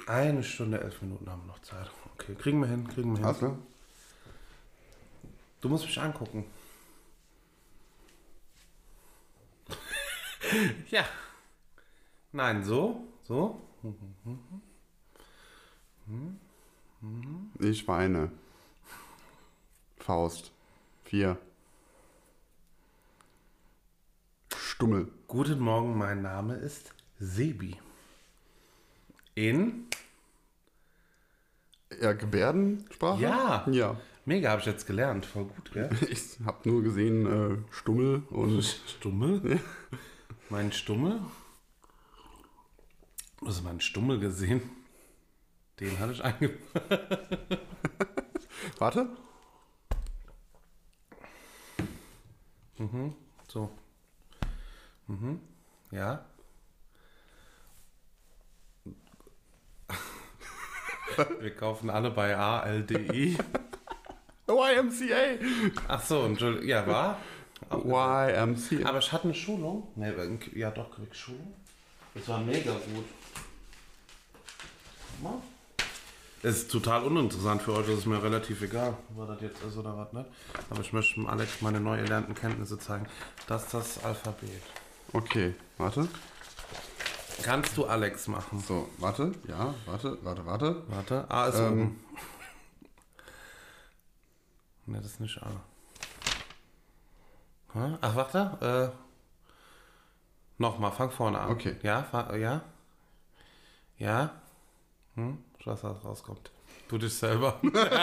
1 Stunde, 11 Minuten haben wir noch Zeit. Okay, kriegen wir hin. Alles klar. Du musst mich angucken. Ja. Nein, so. Ich weine. Faust. 4. Stummel. Guten Morgen, mein Name ist Sebi. In? Ja, Gebärdensprache? Ja. Mega, habe ich jetzt gelernt. Voll gut, gell? Ich habe nur gesehen Stummel und... Stummel? Ja. Mein Stummel? Du hast meinen Stummel gesehen? Den hatte ich eingebaut. Warte. So. Ja. Wir kaufen alle bei ALDI. YMCA. Ach so, Entschuldigung. Ja, war? YMCA. Aber ich hatte eine Schulung. Ne, ja doch, Quickschulung. Das war mega gut. Guck mal. Es ist total uninteressant für euch, das ist mir relativ egal, war das jetzt ist oder was, ne? Aber ich möchte dem Alex meine neu erlernten Kenntnisse zeigen. Das ist das Alphabet. Okay, warte. Kannst du Alex machen? So, warte. Ja, warte. Warte, A ist oben. Ne, das ist nicht A. Ach, warte. Nochmal, fang vorne an. Okay. Ja. Ich weiß, was rauskommt. Du dich selber.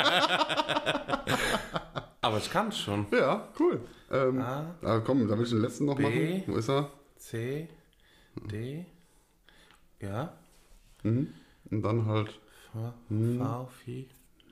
Aber ich kann es schon. Ja, cool. Komm, da will ich den letzten noch B, machen. Wo ist er? C, D, ja. Und dann halt... V, Phi.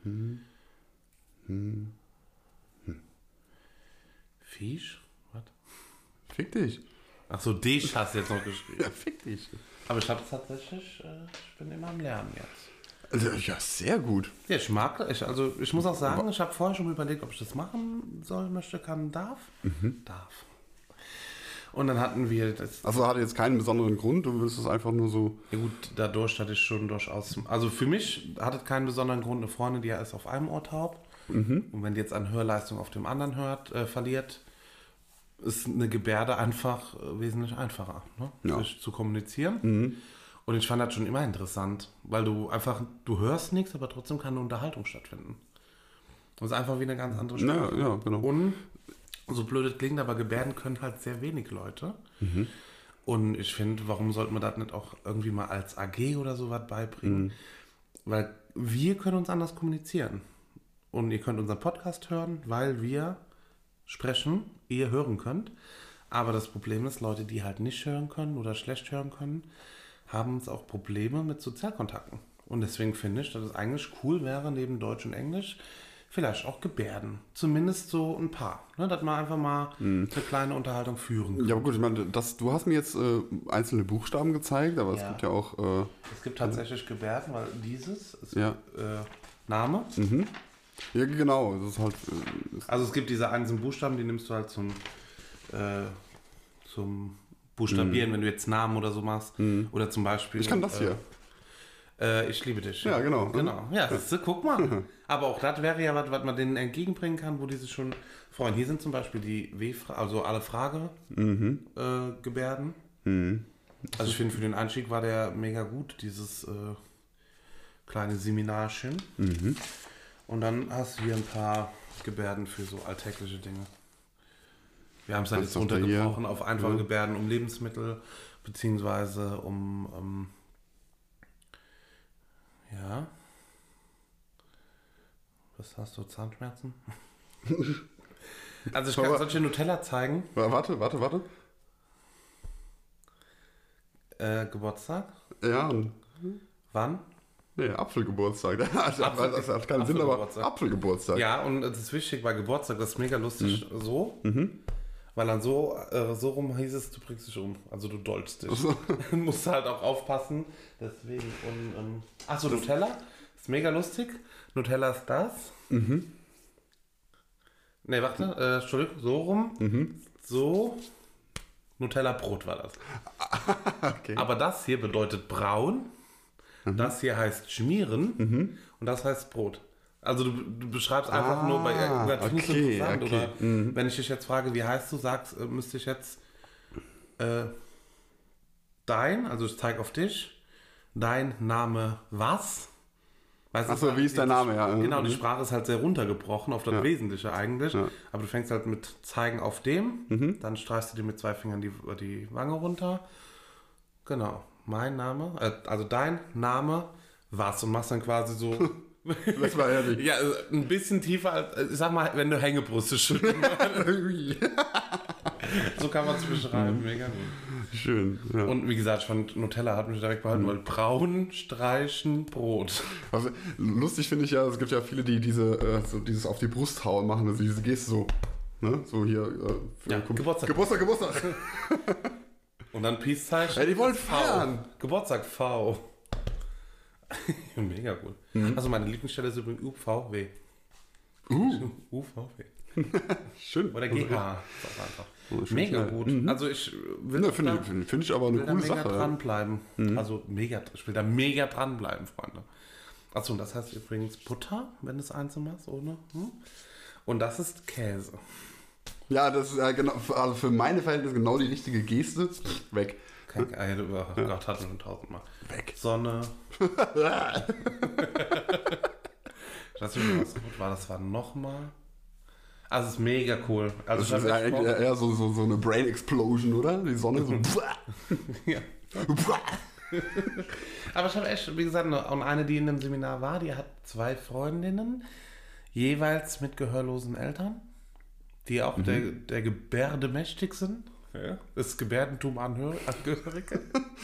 Fisch? Was? Fick dich. Ach so, D hast du jetzt noch geschrieben. Ja, fick dich. Aber ich habe es tatsächlich, ich bin immer am Lernen jetzt. Also, ja, sehr gut. Ja, ich mag das. Also ich muss auch sagen, ich habe vorher schon überlegt, ob ich das machen soll, möchte, kann, darf. Darf. Und dann hatten wir das. Also hatte jetzt keinen besonderen Grund, du willst es einfach nur so... Ja gut, dadurch hatte ich schon durchaus... Also für mich hat es keinen besonderen Grund. Eine Freundin, die ja ist auf einem Ohr taub. Und wenn die jetzt an Hörleistung auf dem anderen verliert, ist eine Gebärde einfach wesentlich einfacher, ne? Ja. Sich zu kommunizieren. Und ich fand das schon immer interessant, weil du hörst nichts, aber trotzdem kann eine Unterhaltung stattfinden. Das ist einfach wie eine ganz andere Sprache. Ja, genau. Und so blöd es klingt, aber Gebärden können halt sehr wenig Leute. Und ich finde, warum sollte man das nicht auch irgendwie mal als AG oder sowas beibringen? Weil wir können uns anders kommunizieren. Und ihr könnt unseren Podcast hören, weil wir sprechen, ihr hören könnt. Aber das Problem ist, Leute, die halt nicht hören können oder schlecht hören können, haben uns auch Probleme mit Sozialkontakten. Und deswegen finde ich, dass es eigentlich cool wäre, neben Deutsch und Englisch, vielleicht auch Gebärden. Zumindest so ein paar. Ne, dass man einfach mal eine kleine Unterhaltung führen kann. Ja, aber gut, ich meine, du hast mir jetzt einzelne Buchstaben gezeigt, aber es gibt ja auch... es gibt tatsächlich Gebärden, weil dieses ist Name. Ja, genau. Das ist halt... Also es gibt diese einzelnen Buchstaben, die nimmst du halt zum Buchstabieren, wenn du jetzt Namen oder so machst. Oder zum Beispiel... Ich kann das hier. Ich liebe dich. Ja, genau. Ja, guck mal. Aber auch das wäre ja was man denen entgegenbringen kann, wo die sich schon freuen. Hier sind zum Beispiel die also alle Frage-Gebärden. Also ich finde, für den Einstieg war der mega gut, dieses kleine Seminarchen. Und dann hast du hier ein paar Gebärden für so alltägliche Dinge. Wir haben es halt jetzt runtergebrochen auf einfache Gebärden um Lebensmittel, beziehungsweise um ja. Was hast du? Zahnschmerzen? Also ich kann solche Nutella zeigen. Warte. Geburtstag? Ja. Wann? Nee, Apfelgeburtstag. Das hat keinen Sinn, aber Apfelgeburtstag. Ja, und es ist wichtig bei Geburtstag, das ist mega lustig so. Weil dann so rum hieß es, du bringst dich um. Also du dolchst dich. Du musst halt auch aufpassen. Deswegen. Achso, Nutella. Ist mega lustig. Nutella ist das. Ne, warte. Entschuldigung. So rum. So. Nutella Brot war das. Okay. Aber das hier bedeutet braun. das hier heißt schmieren und das heißt Brot. Also du beschreibst einfach nur bei das finde ich interessant. Oder wenn ich dich jetzt frage, wie heißt du, müsste ich jetzt also ich zeige auf dich, dein Name was? Achso, wie ist dein Name? Ja. Genau, die Sprache ist halt sehr runtergebrochen auf das Wesentliche eigentlich. Ja. Aber du fängst halt mit zeigen auf dem, dann streichst du dir mit 2 Fingern die Wange runter. Genau, mein Name, also dein Name was und machst dann quasi so... Das war ehrlich. Ja, ein bisschen tiefer als, ich sag mal, wenn du Hängebrüste schüttelst. So kann man es beschreiben, mega gut. Schön. Ja. Und wie gesagt, ich fand Nutella hat mich direkt behalten, weil braun streichen Brot. Also, lustig finde ich ja, es gibt ja viele, die dieses auf die Brust hauen machen, also diese Geste so, ne? So hier, Geburtstag. Und dann Peace-Zeichen. Ja, die wollen feiern. Geburtstag V. Mega gut. Also meine Lieblingsstelle ist übrigens UVW. UVW. Schön. Oder GH. Ist auch einfach. Mega gut. Also ich will finde ich aber eine coole Sache. Dranbleiben. Also ich will da mega dranbleiben, Freunde. Achso, und das heißt übrigens Butter, wenn du es einzeln machst, ohne. Und das ist Käse. Ja, das ist ja genau, also für meine Verhältnisse genau die richtige Geste. Weg. Oh Gott, hatten wir schon 1000-mal. Weg. Sonne. Ich weiß nicht, was gut war. Das war nochmal. Also es ist mega cool. Also das ist ja eigentlich eher so eine Brain Explosion, oder? Die Sonne so. Ja. Aber ich habe echt, wie gesagt, und eine, die in dem Seminar war, die hat 2 Freundinnen, jeweils mit gehörlosen Eltern, die auch der Gebärde mächtig sind. Ja. Das Gebärdentum Angehörige.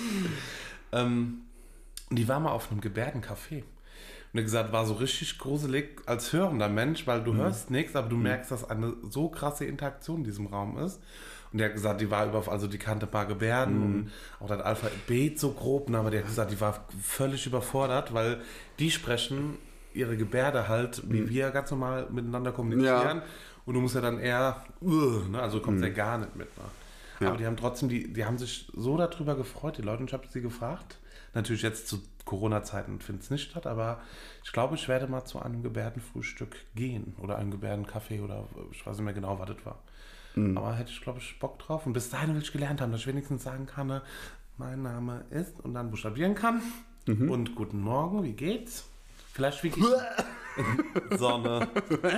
Die war mal auf einem Gebärdencafé. Und er gesagt, war so richtig gruselig als hörender Mensch, weil du hörst nichts, aber du merkst, dass eine so krasse Interaktion in diesem Raum ist. Und der hat gesagt, die war die kannte ein paar Gebärden und auch das Alphabet so grob, aber der hat gesagt, die war völlig überfordert, weil die sprechen ihre Gebärde halt, wie wir ganz normal miteinander kommunizieren. Ja. Und du musst ja dann eher, also kommst ja gar nicht mit. Ne? Ja. Aber die haben trotzdem, die haben sich so darüber gefreut, die Leute, und ich habe sie gefragt. Natürlich jetzt zu Corona-Zeiten findet es nicht statt, aber ich glaube, ich werde mal zu einem Gebärdenfrühstück gehen oder einem Gebärdencafé oder ich weiß nicht mehr genau, was das war. Aber hätte ich, glaube ich, Bock drauf. Und bis dahin will ich gelernt haben, dass ich wenigstens sagen kann, mein Name ist und dann buchstabieren kann. Und guten Morgen, wie geht's? Vielleicht wie geht's? Sonne.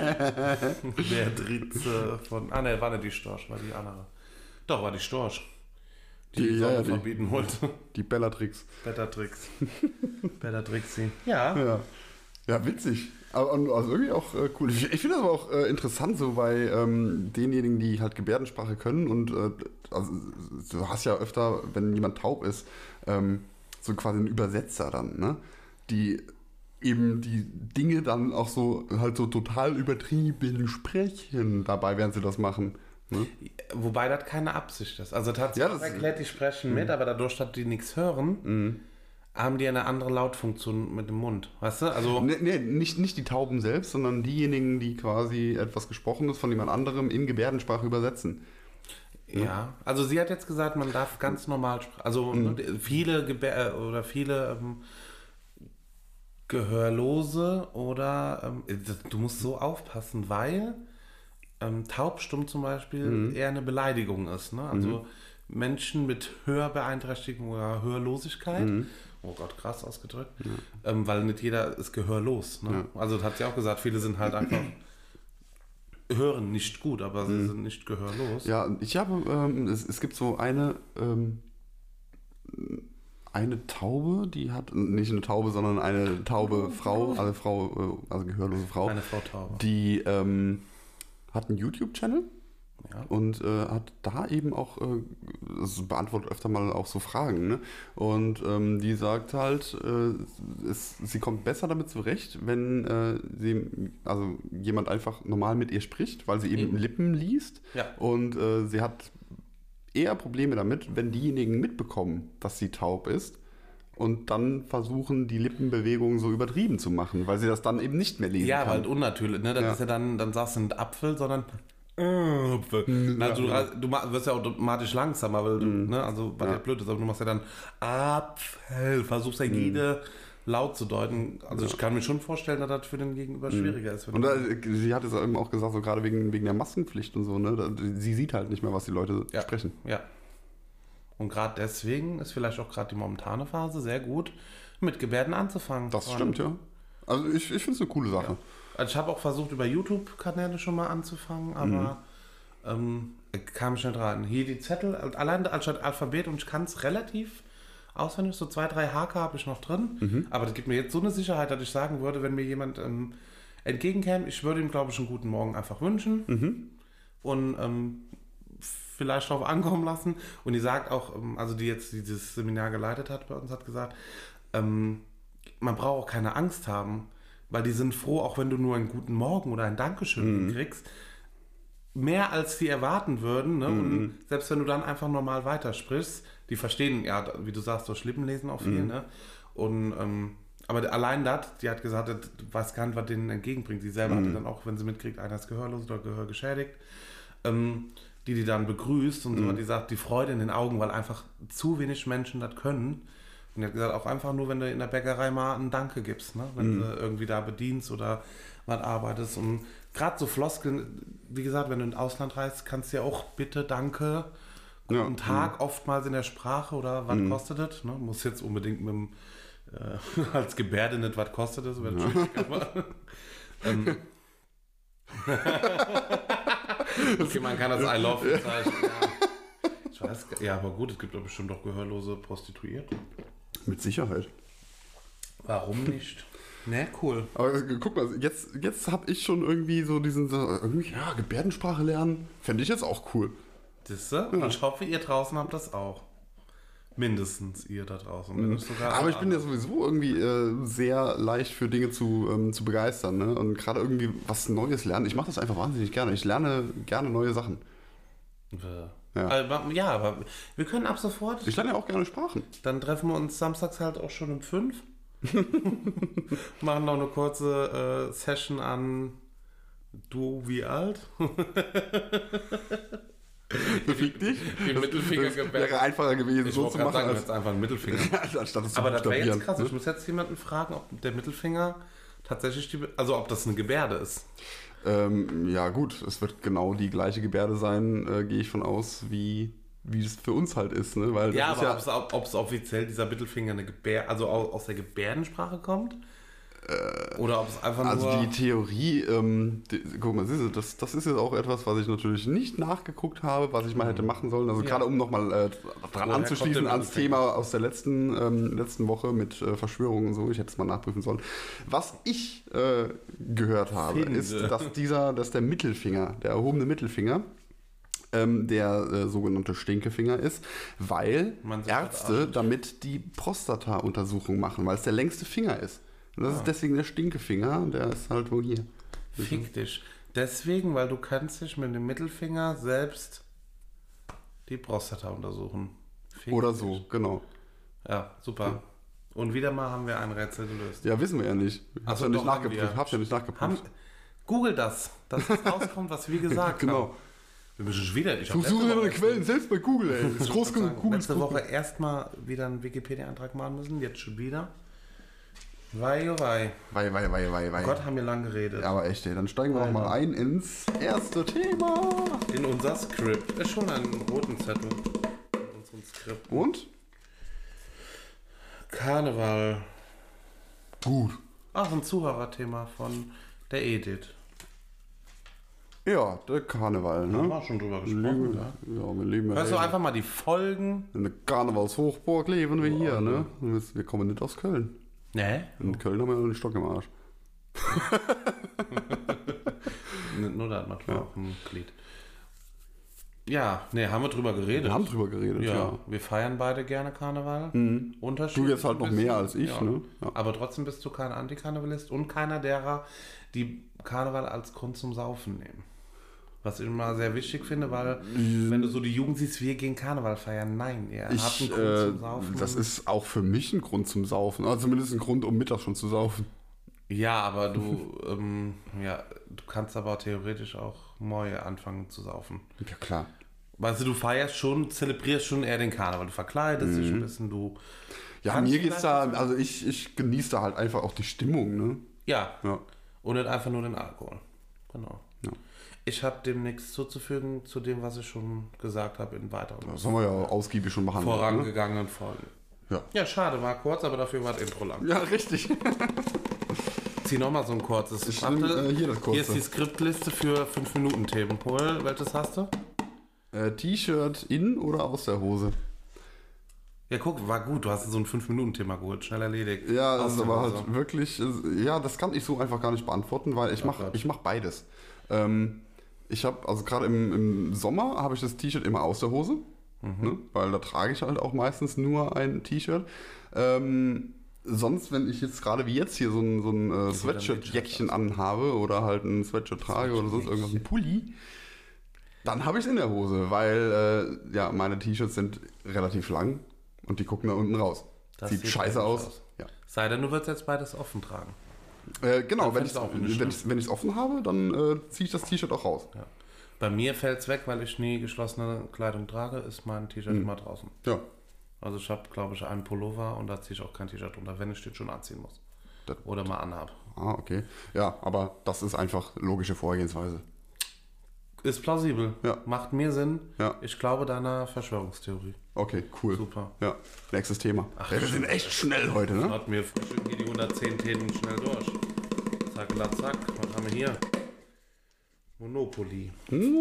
Beatrice von... ne, war nicht die Storch, war die andere. Doch, war die Storch. Die Sonne verbieten wollte. Die Bellatrix. Bellatrixi. Ja. Ja, witzig. Aber also irgendwie auch cool. Ich finde das aber auch interessant, so bei denjenigen, die halt Gebärdensprache können. Und also, du hast ja öfter, wenn jemand taub ist, so quasi einen Übersetzer dann, ne? Die eben die Dinge dann auch so halt so total übertrieben sprechen dabei, während sie das machen. Ne? Wobei das keine Absicht ist. Also tatsächlich erklärt, die sprechen mit, aber dadurch, dass die nichts hören, haben die eine andere Lautfunktion mit dem Mund. Weißt du? Also nee, nicht die Tauben selbst, sondern diejenigen, die quasi etwas Gesprochenes von jemand anderem in Gebärdensprache übersetzen. Ja, also sie hat jetzt gesagt, man darf ganz normal sprechen. Also viele Gehörlose oder du musst so aufpassen, weil taubstumm zum Beispiel eher eine Beleidigung ist. Ne? Also Menschen mit Hörbeeinträchtigung oder Hörlosigkeit, oh Gott, krass ausgedrückt, weil nicht jeder ist gehörlos. Ne? Ja. Also das hat sie auch gesagt, viele sind halt einfach hören nicht gut, aber sie sind nicht gehörlos. Ja, ich habe, es gibt so eine Taube, die hat, nicht eine Taube, sondern eine taube Frau, also gehörlose Frau. Eine Frau Taube. Die hat einen YouTube-Channel und hat da eben auch, also beantwortet öfter mal auch so Fragen, ne? Und die sagt halt, sie kommt besser damit zurecht, wenn jemand einfach normal mit ihr spricht, weil sie eben Lippen liest. Ja. Und sie hat eher Probleme damit, wenn diejenigen mitbekommen, dass sie taub ist und dann versuchen, die Lippenbewegungen so übertrieben zu machen, weil sie das dann eben nicht mehr lesen kann. Ja, weil unnatürlich, ne? Das ist ja dann sagst du nicht Apfel, sondern Apfel. Also du wirst ja automatisch langsamer, weil du, ne? Also weil der blöd ist, aber du machst ja dann Apfel, versuchst ja jede laut zu deuten. Also ich kann mir schon vorstellen, dass das für den Gegenüber schwieriger ist. Und sie hat es eben auch gesagt, so gerade wegen der Maskenpflicht und so, ne? Sie sieht halt nicht mehr, was die Leute sprechen. Ja. Und gerade deswegen ist vielleicht auch gerade die momentane Phase sehr gut, mit Gebärden anzufangen. Das stimmt, ja. Also ich finde es eine coole Sache. Ja. Also ich habe auch versucht, über YouTube-Kanäle schon mal anzufangen, aber kam schnell dran. Hier die Zettel, allein anstatt Alphabet, und ich kann es relativ auswendig, so 2, 3 Haker habe ich noch drin, aber das gibt mir jetzt so eine Sicherheit, dass ich sagen würde, wenn mir jemand entgegenkäme, ich würde ihm, glaube ich, einen guten Morgen einfach wünschen und vielleicht darauf ankommen lassen. Und die sagt auch, also die jetzt dieses Seminar geleitet hat bei uns, hat gesagt, man braucht auch keine Angst haben, weil die sind froh, auch wenn du nur einen guten Morgen oder ein Dankeschön kriegst, mehr als die erwarten würden. Ne? Und selbst wenn du dann einfach normal weitersprichst, die verstehen, ja, wie du sagst, durch Lippen lesen auch viel. Ne? Und aber allein das, die hat gesagt, du weißt gar nicht, was denen entgegenbringt. Sie selber hatte dann auch, wenn sie mitkriegt, einer ist gehörlos oder gehörgeschädigt, die dann begrüßt und so, hat die sagt, die Freude in den Augen, weil einfach zu wenig Menschen das können. Und er hat gesagt, auch einfach nur, wenn du in der Bäckerei mal einen Danke gibst, ne? Wenn du irgendwie da bedienst oder mal arbeitest. Und gerade so Floskeln, wie gesagt, wenn du ins Ausland reist, kannst du ja auch bitte, danke, guten Tag, oftmals in der Sprache oder was kostet das? Ne? Muss jetzt unbedingt mit dem, als Gebärde nicht, was kostet das? Okay, man kann das I love bezeichnen. Ja. Ich weiß, ja, aber gut, es gibt doch bestimmt auch gehörlose Prostituierte. Mit Sicherheit. Warum nicht? Ne, cool. Aber guck mal, jetzt habe ich schon irgendwie so Gebärdensprache lernen. Fände ich jetzt auch cool. Siehste? Und ich hoffe, ihr draußen habt das auch. Mindestens ihr da draußen. Wenn nicht sogar aber ich bin ja sowieso irgendwie sehr leicht für Dinge zu begeistern. Ne? Und gerade irgendwie was Neues lernen. Ich mache das einfach wahnsinnig gerne. Ich lerne gerne neue Sachen. Ja. Aber wir können ab sofort. Ich lerne ja auch gerne Sprachen. Dann treffen wir uns samstags halt auch schon um 5. Machen noch eine kurze Session an Du wie alt? Befick dich? Die Mittelfinger das wäre einfacher gewesen, ich so zu machen. Sagen, als einfach einen Mittelfinger. Anstatt es zu aber das wäre jetzt krass. Ne? Ich muss jetzt jemanden fragen, ob der Mittelfinger tatsächlich ob das eine Gebärde ist. Ja gut, es wird genau die gleiche Gebärde sein, gehe ich von aus, wie es für uns halt ist. Ne? Weil ja, das aber ist ob es offiziell dieser Mittelfinger also aus der Gebärdensprache kommt? Oder ob es einfach nur... Also die Theorie, guck mal, das ist jetzt auch etwas, was ich natürlich nicht nachgeguckt habe, was ich mal hätte machen sollen. Also gerade um nochmal dran anzuschließen ans Thema aus der letzten Woche mit Verschwörungen und so, ich hätte es mal nachprüfen sollen. Was ich gehört habe, ist, dass der Mittelfinger, der erhobene Mittelfinger, der sogenannte Stinkefinger ist, weil Ärzte damit die Prostata-Untersuchung machen, weil es der längste Finger ist. Und das ist deswegen der Stinkefinger, der ist halt wohl hier. Fick dich. Deswegen, weil du kannst dich mit dem Mittelfinger selbst die Prostata untersuchen. Oder so, genau. Ja, super. Und wieder mal haben wir ein Rätsel gelöst. Ja, wissen wir ja nicht. Hab's ja nicht nachgeprüft. Google das, dass es rauskommt, was wir gesagt haben. Genau. Wir müssen schon wieder... Ich suche deine Quellen selbst bei Google, ey. Das ist groß genug. Google letzte Woche erstmal wieder einen Wikipedia-Eintrag machen müssen, jetzt schon wieder. Wei. Gott, haben wir lang geredet. Ja, aber echt, ey. Dann steigen wir noch mal ein ins erste Thema. In unser Skript. Ist schon ein roten Zettel. In unserem Skript. Und? Karneval. Gut. Ach, ein Zuhörerthema von der Edith. Ja, der Karneval, ne? Da haben wir schon drüber gesprochen, ja. Ja, wir leben ja. Hörst du einfach mal die Folgen? In der Karnevalshochburg leben wir hier, ne? Wir kommen nicht aus Köln. Ne? In Köln haben wir noch einen Stock im Arsch. Nur da hat man auch ein Glied. Ja, ne, haben wir drüber geredet. Wir haben drüber geredet, ja. Wir feiern beide gerne Karneval. Du jetzt halt noch mehr als ich, ja. Ne? Ja. Aber trotzdem bist du kein Antikarnevalist und keiner derer, die Karneval als Grund zum Saufen nehmen. Was ich immer sehr wichtig finde, weil wenn du so die Jugend siehst, wir gehen Karneval feiern. Nein, ihr habt einen Grund zum Saufen. Das ist auch für mich ein Grund zum Saufen. Also zumindest ein Grund, um Mittag schon zu saufen. Ja, aber du kannst aber theoretisch auch neu anfangen zu saufen. Ja, klar. Weißt du feierst schon, zelebrierst schon eher den Karneval. Du verkleidest dich ein bisschen, du... Ja, mir geht's da, also ich genieße da halt einfach auch die Stimmung, ne? Ja. Und nicht einfach nur den Alkohol. Genau. Ja. Ich habe dem nichts zuzufügen zu dem, was ich schon gesagt habe in weiteren... Das haben wir ja ausgiebig schon behandelt. Vorangegangenen Folgen. Ja, schade, war kurz, aber dafür war das Intro lang. Ja, richtig. Zieh nochmal so ein kurzes. Hier das kurze. Hier ist die Skriptliste für 5-Minuten-Themen. Hol, welches hast du? T-Shirt in oder aus der Hose? Ja, guck, war gut. Du hast so ein 5-Minuten-Thema geholt. Schnell erledigt. Ja, das war halt wirklich... Ja, das kann ich so einfach gar nicht beantworten, weil ich mach beides. Ich habe, also gerade im Sommer habe ich das T-Shirt immer aus der Hose, ne? Weil da trage ich halt auch meistens nur ein T-Shirt. Sonst, wenn ich jetzt gerade wie jetzt hier so ein Sweatshirt-Jäckchen anhabe oder halt ein Sweatshirt trage oder sonst irgendwas, ein Pulli, dann habe ich es in der Hose, weil meine T-Shirts sind relativ lang und die gucken da unten raus. Das sieht scheiße aus. Ja. Sei denn, du würdest jetzt beides offen tragen. Genau, wenn ich es offen habe, dann ziehe ich das T-Shirt auch raus. Ja. Bei mir fällt es weg, weil ich nie geschlossene Kleidung trage, ist mein T-Shirt immer draußen. Ja. Also ich habe, glaube ich, einen Pullover und da ziehe ich auch kein T-Shirt drunter, wenn ich den schon anziehen muss. Oder mal anhabe. Ah, okay. Ja, aber das ist einfach logische Vorgehensweise. Ist plausibel. Ja. Macht mir Sinn. Ja. Ich glaube deiner Verschwörungstheorie. Okay, cool. Super. Ja, nächstes Thema. Wir sind echt schnell heute, ne? Hat mir frühstücken hier die 110 Themen schnell durch. Zack, zack. Was haben wir hier? Monopoly.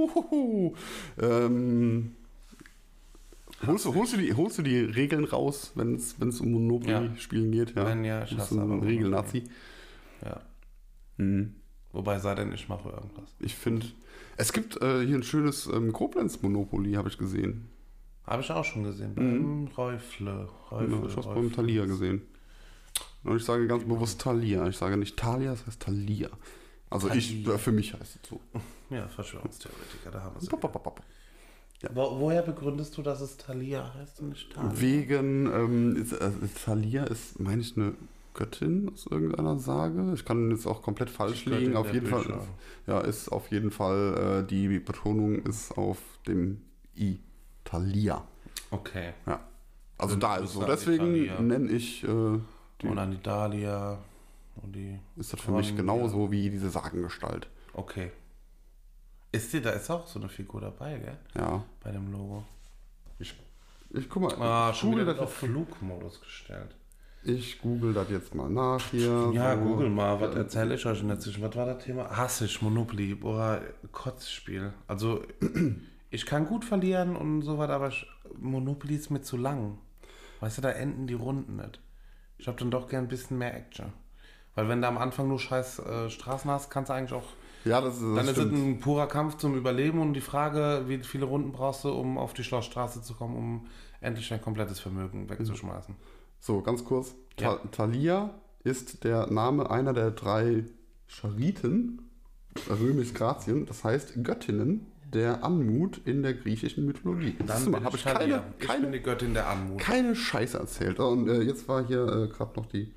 Holst du die Regeln raus, wenn es um Monopoly-Spielen geht? Ja, wenn ja, ich hasse aber ein Regelnazi. Ja. Wobei, sei denn, ich mache irgendwas. Ich finde, es gibt hier ein schönes Koblenz-Monopoly, habe ich gesehen. Habe ich auch schon gesehen. Beim Räufle. Ich habe es beim Thalia gesehen. Und ich sage ganz bewusst Thalia. Ich sage nicht Thalia, es heißt Thalia. Also Thalia. Für mich heißt es so. Ja, Verschwörungstheoretiker, da haben wir es. Ja. Woher begründest du, dass es Thalia heißt und nicht Thalia? Wegen, Thalia ist, meine ich, eine Göttin aus irgendeiner Sage. Ich kann jetzt auch komplett falsch liegen. Auf jeden Fall, ist auf jeden Fall, die Betonung ist auf dem I. Thalia. Okay. Ja. Also da ist so. Deswegen nenne ich und dann die Dahlia und die. Ist das für mich genauso wie diese Sagengestalt. Okay. Da ist auch so eine Figur dabei, gell? Ja. Bei dem Logo. Ich guck mal. Schon wieder auf Flugmodus gestellt. Ich google das jetzt mal nach hier. Ja, so. Google mal. Was erzähle ich euch in der Zwischen? Was war das Thema? Hasse ich Monopoly. Boah, Kotzspiel. Also, ich kann gut verlieren und so weiter, aber Monopoly ist mir zu lang. Weißt du, da enden die Runden nicht. Ich habe dann doch gern ein bisschen mehr Action. Weil wenn du am Anfang nur scheiß Straßen hast, kannst du eigentlich auch... Ja, das dann ist es ein purer Kampf zum Überleben und die Frage, wie viele Runden brauchst du, um auf die Schlossstraße zu kommen, um endlich dein komplettes Vermögen wegzuschmeißen. So, ganz kurz. Thalia ist der Name einer der 3 Chariten, römisch Grazien, das heißt Göttinnen der Anmut in der griechischen Mythologie. Dann habe ich ich bin die Göttin der Anmut. Keine Scheiße erzählt. Und jetzt war hier gerade noch die...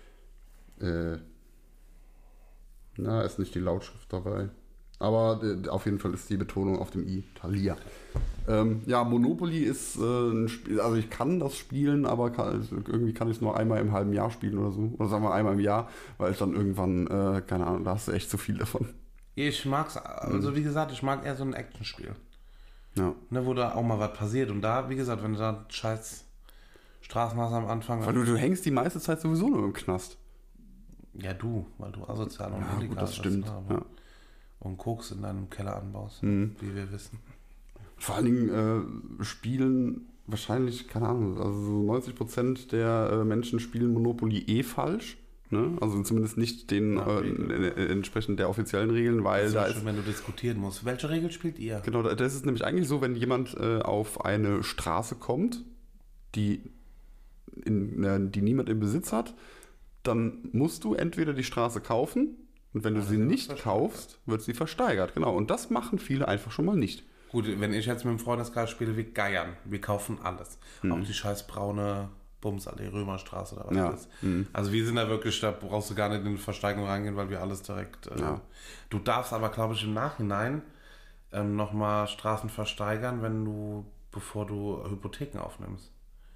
ist nicht die Lautschrift dabei. Aber auf jeden Fall ist die Betonung auf dem I. Thalia. Monopoly ist ein Spiel, also ich kann das spielen, aber irgendwie kann ich es nur einmal im halben Jahr spielen oder so. Oder sagen wir einmal im Jahr, weil ich dann irgendwann, keine Ahnung, da hast du echt zu viel davon. Ich mag's, also wie gesagt, ich mag eher so ein Actionspiel. Ja. Ne, wo da auch mal was passiert. Und da, wie gesagt, wenn du da scheiß Straßen hast am Anfang. Weil du hängst die meiste Zeit sowieso nur im Knast. Ja, weil du asozial und illegal bist. Das stimmt. Ja. Und Koks in deinem Keller anbaust, wie wir wissen. Vor allen Dingen spielen wahrscheinlich, keine Ahnung, also so 90% der Menschen spielen Monopoly falsch. Ne? Also zumindest nicht den entsprechend der offiziellen Regeln, weil da ist... wenn du diskutieren musst. Welche Regel spielt ihr? Genau, das ist nämlich eigentlich so, wenn jemand auf eine Straße kommt, die niemand im Besitz hat, dann musst du entweder die Straße kaufen und wenn du sie nicht kaufst, wird sie versteigert. Genau, und das machen viele einfach schon mal nicht. Gut, wenn ich jetzt mit dem Freundeskreis spiele, wir geiern. Wir kaufen alles. Auch die scheiß braune Bumsallee, Römerstraße oder was das ist. Also wir sind da wirklich, da brauchst du gar nicht in die Versteigerung reingehen, weil wir alles direkt... Du darfst aber, glaube ich, im Nachhinein nochmal Straßen versteigern, bevor du Hypotheken aufnimmst.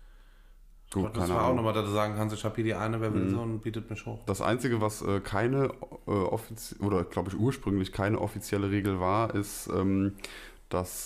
Gut, Das keine war auch Ahnung. nochmal, dass du sagen kannst, ich habe hier die eine, wer will so und bietet mich hoch. Das Einzige, was keine oder glaube ich ursprünglich keine offizielle Regel war, ist, dass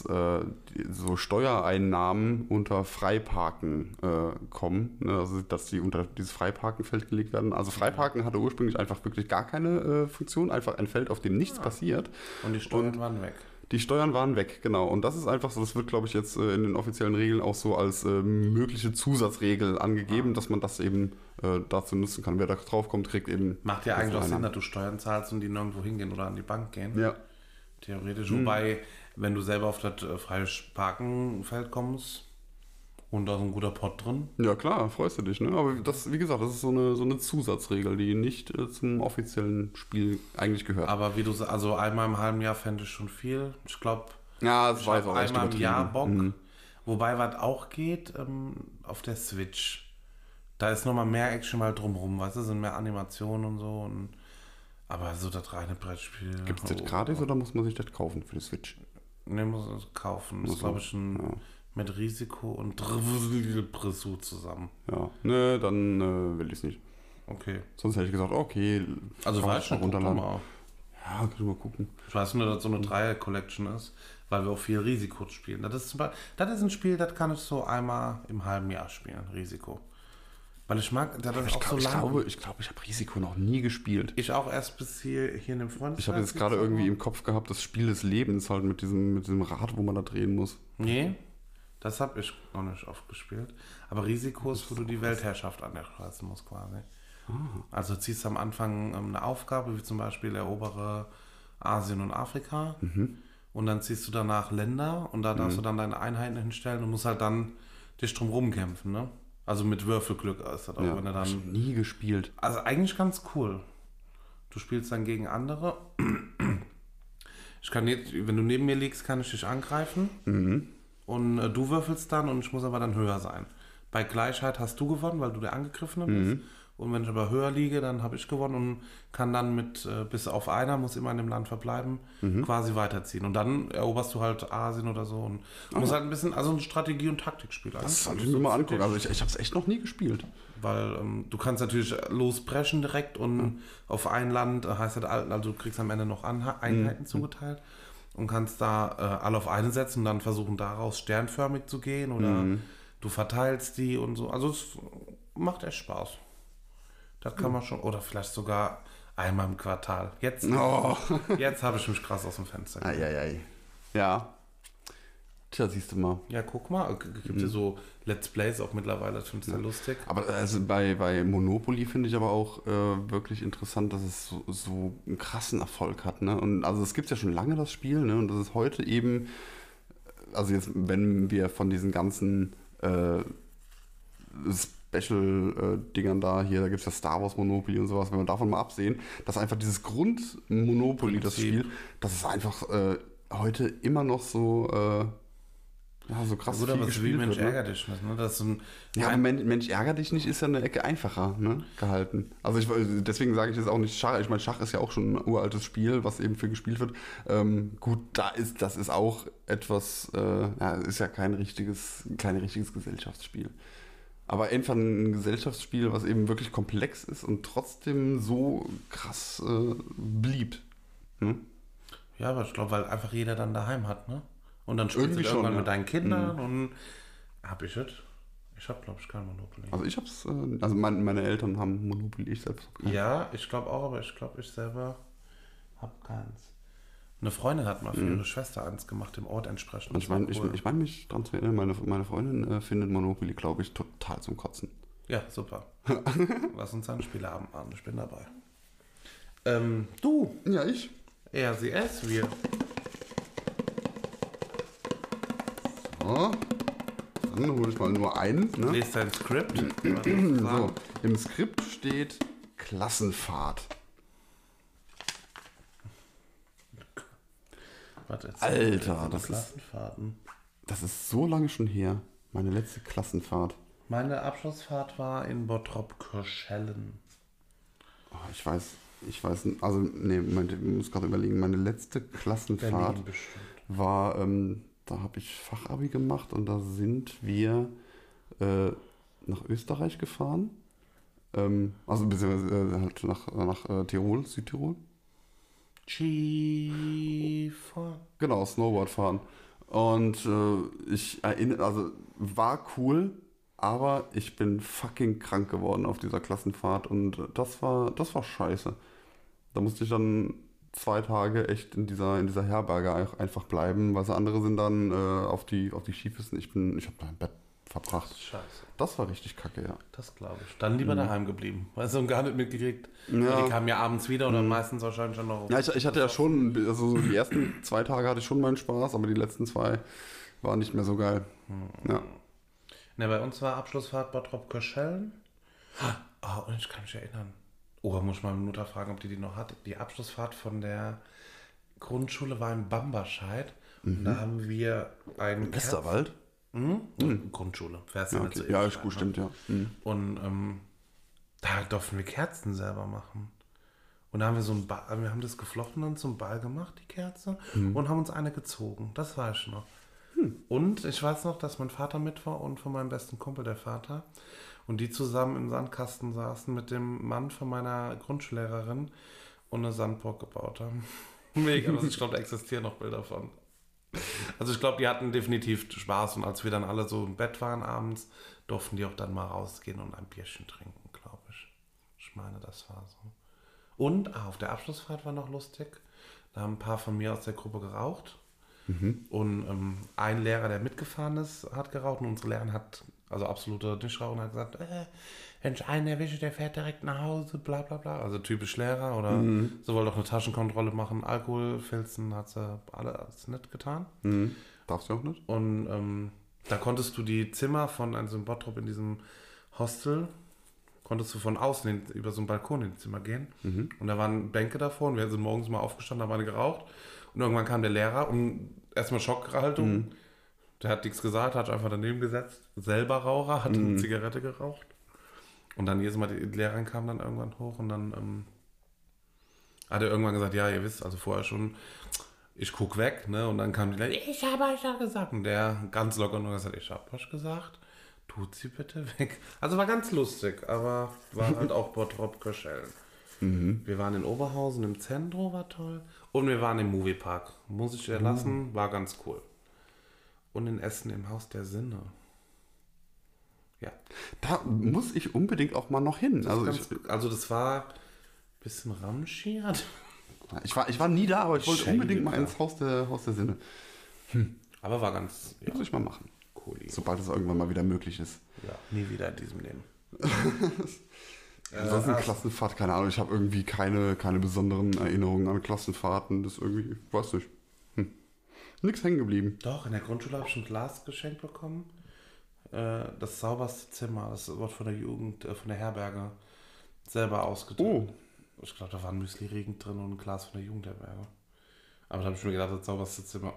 so Steuereinnahmen unter Freiparken kommen. Ne? Also dass die unter dieses Freiparkenfeld gelegt werden. Also Freiparken hatte ursprünglich einfach wirklich gar keine Funktion, einfach ein Feld, auf dem nichts passiert. Und die Steuern waren weg. Die Steuern waren weg, genau. Und das ist einfach so, das wird, glaube ich, jetzt in den offiziellen Regeln auch so als mögliche Zusatzregel angegeben, dass man das eben dazu nutzen kann. Wer da drauf kommt, kriegt eben... Macht ja eigentlich auch Sinn, dass du Steuern zahlst und die nirgendwo hingehen oder an die Bank gehen. Ja. Theoretisch. Wobei, wenn du selber auf das freie Parkenfeld kommst und da ist ein guter Pott drin. Ja, klar, freust du dich, ne? Aber das, wie gesagt, das ist so eine Zusatzregel, die nicht zum offiziellen Spiel eigentlich gehört. Aber wie du sagst, also einmal im halben Jahr fände ich schon viel. Ich glaube, Ja, das ich war jetzt habe auch echt einmal im Jahr Bock. übertrieben. Wobei, was auch geht, auf der Switch. Da ist nochmal mehr Action mal drumrum, weißt du, sind mehr Animationen und so. Aber so das reine Brettspiel. Gibt es das gratis oder muss man sich das kaufen für die Switch? Ne, muss es kaufen. Das ist, glaube ich, mit Risiko und Dressur zusammen. Ja, ne, dann will ich es nicht. Okay. Sonst hätte ich gesagt, okay, Also kann man weißt du, schon guck doch runterladen. mal. Ja, kann ich mal gucken. Ich weiß nur, dass so eine Dreier-Collection ist, weil wir auch viel Risiko spielen. Das ist ein Spiel, das kann ich so einmal im halben Jahr spielen, Risiko. Weil ich mag, das ist auch so lange. Ich glaube, ich habe Risiko noch nie gespielt. Ich auch erst bis hier in dem Freundeskreis. Ich habe jetzt gerade irgendwie im Kopf gehabt, das Spiel des Lebens halt mit diesem Rad, wo man da drehen muss. Nee, das habe ich noch nicht oft gespielt. Aber Risiko ist, wo du die Weltherrschaft an der Straße musst quasi. Also ziehst du am Anfang eine Aufgabe, wie zum Beispiel erobere Asien und Afrika. Und dann ziehst du danach Länder und da darfst du dann deine Einheiten hinstellen und musst halt dann dich drum rumkämpfen, ne? Also mit Würfelglück ist das auch, Ja, wenn du hab ich dann. nie gespielt. Also eigentlich ganz cool. Du spielst dann gegen andere. Ich kann jetzt, wenn du neben mir liegst, kann ich dich angreifen. Und du würfelst dann und ich muss aber dann höher sein. Bei Gleichheit hast du gewonnen, weil du der Angegriffene bist. Und wenn ich aber höher liege, dann habe ich gewonnen und kann dann mit bis auf einer, muss immer in dem Land verbleiben, quasi weiterziehen. Und dann eroberst du halt Asien oder so. Und musst halt ein bisschen, also ein Strategie- und Taktikspiel. Das soll ich mir mal angucken. Also ich habe es echt noch nie gespielt. Weil du kannst natürlich losbrechen direkt und auf ein Land heißt das, also du kriegst am Ende noch Einheiten zugeteilt und kannst da alle auf eine setzen und dann versuchen daraus sternförmig zu gehen oder du verteilst die und so. Also es macht echt Spaß. Das kann man schon, oder vielleicht sogar einmal im Quartal. Jetzt habe ich mich krass aus dem Fenster gelegt. Eieiei. Ja. Tja, siehst du mal. Ja, guck mal, gibt ja so Let's Plays auch mittlerweile, das finde ich sehr lustig. Aber also bei Monopoly finde ich aber auch wirklich interessant, dass es so einen krassen Erfolg hat. Ne? Und also es gibt ja schon lange das Spiel, ne? Und das ist heute eben, also jetzt, wenn wir von diesen ganzen Special-Dingern da gibt es ja Star Wars Monopoly und sowas, wenn wir davon mal absehen, dass einfach dieses Grund-Monopoly, das Spiel, das ist einfach heute immer noch so so krass Gut, viel aber gespielt wie Mensch wird, ne? ärgert dich nicht, ne? Das ist so ein, Ja, aber Mensch ärger dich nicht ist ja eine Ecke einfacher, ne, gehalten. Also deswegen sage ich jetzt auch nicht Schach. Ich meine, Schach ist ja auch schon ein uraltes Spiel, was eben viel gespielt wird. Gut, das ist auch etwas, ist ja kein richtiges Gesellschaftsspiel. Aber einfach ein Gesellschaftsspiel, was eben wirklich komplex ist und trotzdem so krass blieb. Ne? ja, aber ich glaube, weil einfach jeder dann daheim hat, ne? Und dann spielst Irgendwie du irgendwann schon, ja. mit deinen Kindern und hab ich es? Ich habe, glaube ich, kein Monopoly. Also ich hab's, also meine Eltern haben Monopoly, ich selbst hab keins. Ja, ich glaube auch, aber ich glaube, ich selber habe keins. Eine Freundin hat mal für ihre Schwester eins gemacht, im Ort entsprechend. Und ich meine mich dran zu erinnern, meine Freundin findet Monopoly, glaube ich, total zum Kotzen. Ja, super. Lass uns einen Spieleabend machen, ich bin dabei. Du, Ja, ich. RCS, wir. So. Dann hole ich mal nur einen. Ne? Lest dein Skript. So, im Skript steht Klassenfahrt. Warte, Alter, das ist, Klassenfahrten. das ist so lange schon her. Meine letzte Klassenfahrt. Meine Abschlussfahrt war in Bottrop-Kirschhellen. Oh, ich weiß Ich weiß nicht, also, nee, Moment, ich muss gerade überlegen, meine letzte Klassenfahrt Berlin bestimmt. war, da habe ich Fachabi gemacht und da sind wir nach Österreich gefahren. Also beziehungsweise halt nach Tirol, Südtirol. Skifahren. Genau, Snowboard fahren. Und ich erinnere, also war cool, aber ich bin fucking krank geworden auf dieser Klassenfahrt und das war scheiße. Da musste ich dann 2 Tage echt in dieser Herberge einfach bleiben, weil andere sind dann auf die Skipisten. Ich habe da im Bett verbracht. Scheiße. Das war richtig kacke, ja. Das glaube ich. Dann lieber daheim geblieben. Weißt du, und gar nicht mitgekriegt. Ja. Die kamen ja abends wieder oder meistens wahrscheinlich schon noch. Ja, ich hatte ja schon, also so die ersten 2 Tage hatte ich schon meinen Spaß, aber die letzten 2 waren nicht mehr so geil. Ja. Ne, bei uns war Abschlussfahrt Bottrop-Kirschhellen. Oh, und ich kann mich erinnern. Oh, muss ich mal meine Mutter fragen, ob die noch hat. Die Abschlussfahrt von der Grundschule war in Bamberscheid. Und da haben wir einen Westerwald? Grundschule. Fährst du Ja, nicht okay. so Ja, ewig ist weit, gut, ne? stimmt, ja. Und da durften wir Kerzen selber machen. Und da haben wir wir haben das geflochten dann zum Ball gemacht, die Kerze, und haben uns eine gezogen. Das weiß ich noch. Und ich weiß noch, dass mein Vater mit war und von meinem besten Kumpel der Vater. Und die zusammen im Sandkasten saßen mit dem Mann von meiner Grundschullehrerin und eine Sandburg gebaut haben. Mega, also ich glaube, da existieren noch Bilder von. Also ich glaube, die hatten definitiv Spaß und als wir dann alle so im Bett waren abends, durften die auch dann mal rausgehen und ein Bierchen trinken, glaube ich. Ich meine, das war so. Und auf der Abschlussfahrt war noch lustig. Da haben ein paar von mir aus der Gruppe geraucht. Und ein Lehrer, der mitgefahren ist, hat geraucht und unsere Lehrerin hat, also absolute Nichtraucher, hat gesagt, wenn ich einen erwische, der fährt direkt nach Hause, bla bla bla. Also typisch Lehrer oder sie wollte auch eine Taschenkontrolle machen, Alkoholfilzen hat sie alles nicht getan. Darfst du auch nicht? Und da konntest du die Zimmer von einem Bottrop in diesem Hostel, konntest du von außen über so einen Balkon in die Zimmer gehen. Und da waren Bänke davor und wir sind morgens mal aufgestanden, da waren die geraucht. Und irgendwann kam der Lehrer und erstmal Schockhaltung. Der hat nichts gesagt, hat einfach daneben gesetzt. Selber Raucher, hat eine Zigarette geraucht. Und dann jedes Mal die Lehrerin kam dann irgendwann hoch und dann hat er irgendwann gesagt, ja, ihr wisst, also vorher schon, ich guck weg, ne? Und dann kam die Lehrerin, ich habe euch ja gesagt. Und der ganz locker nur gesagt, ich habe euch gesagt, tut sie bitte weg. Also war ganz lustig, aber war halt auch Bottrop-Kirschhellen. Wir waren in Oberhausen im Zentrum, war toll. Und wir waren im Moviepark. Muss ich dir lassen, war ganz cool. Und in Essen im Haus der Sinne. Ja. Da muss ich unbedingt auch mal noch hin. Also das war ein bisschen ramschiert. Ich war nie da, aber ich wollte Schäme, unbedingt mal ja. ins Haus der Sinne. Aber war ganz Muss ich mal machen. cool. Sobald es irgendwann mal wieder möglich ist. Ja, nie wieder in diesem Leben. Ansonsten Klassenfahrt, keine Ahnung, ich habe irgendwie keine besonderen Erinnerungen an Klassenfahrten. Das irgendwie, weiß nicht. Nix hängen geblieben. Doch, in der Grundschule habe ich ein Glas geschenkt bekommen. Das sauberste Zimmer, das wird von der Jugend, von der Herberge selber ausgedrückt. Oh. Ich glaube, da war ein Müsli-Regen drin und ein Glas von der Jugendherberge. Aber da habe ich mir gedacht, das sauberste Zimmer.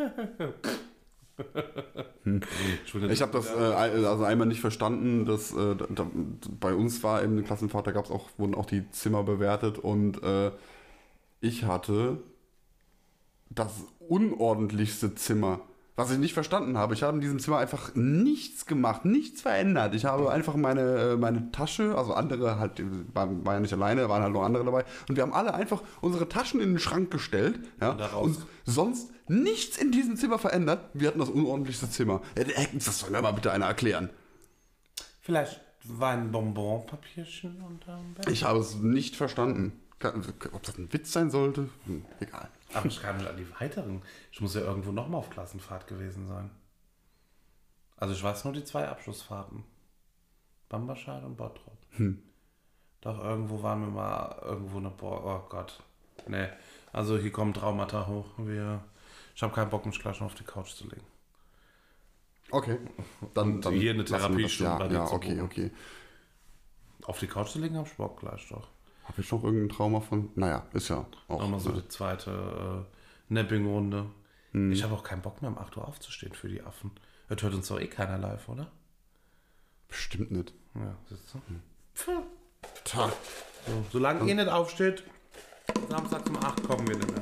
Ich habe das also einmal nicht verstanden, dass bei uns war eben eine Klassenfahrt, da wurden auch die Zimmer bewertet und ich hatte das unordentlichste Zimmer, was ich nicht verstanden habe. Ich habe in diesem Zimmer einfach nichts gemacht, nichts verändert. Ich habe einfach meine Tasche, also andere halt, war ja nicht alleine, da waren halt noch andere dabei. Und wir haben alle einfach unsere Taschen in den Schrank gestellt. Ja, und sonst nichts in diesem Zimmer verändert. Wir hatten das unordentlichste Zimmer. Das soll mir mal bitte einer erklären. Vielleicht war ein Bonbonpapierchen unterm Bett. Ich habe es nicht verstanden. Ob das ein Witz sein sollte? Egal. Aber ich kann nicht an die weiteren. Ich muss ja irgendwo nochmal auf Klassenfahrt gewesen sein. Also ich weiß nur die 2 Abschlussfahrten. Bamberscheid und Bottrop. Doch irgendwo waren wir mal oh Gott. Nee. Also hier kommen Traumata hoch. Ich habe keinen Bock, mich gleich noch auf die Couch zu legen. Okay. Dann hier eine Therapiestunde bei dir ja, zu okay, buchen. okay. Auf die Couch zu legen, habe ich Bock gleich doch. Habe ich noch irgendein Trauma von? Naja, ist ja auch. Nochmal so die zweite Napping-Runde. Ich habe auch keinen Bock mehr, um 8 Uhr aufzustehen für die Affen. Das hört uns doch eh keiner live, oder? Bestimmt nicht. Ja, siehst du? Tja. So, solange ihr nicht aufsteht, Samstag um 8 kommen wir nicht mehr.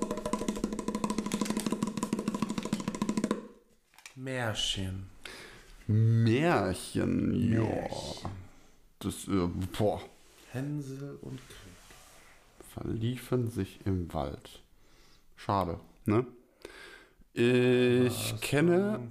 Märchen, ja. Das, boah. Hänsel und Gretel. Verliefen sich im Wald. Schade, ne? Ich kenne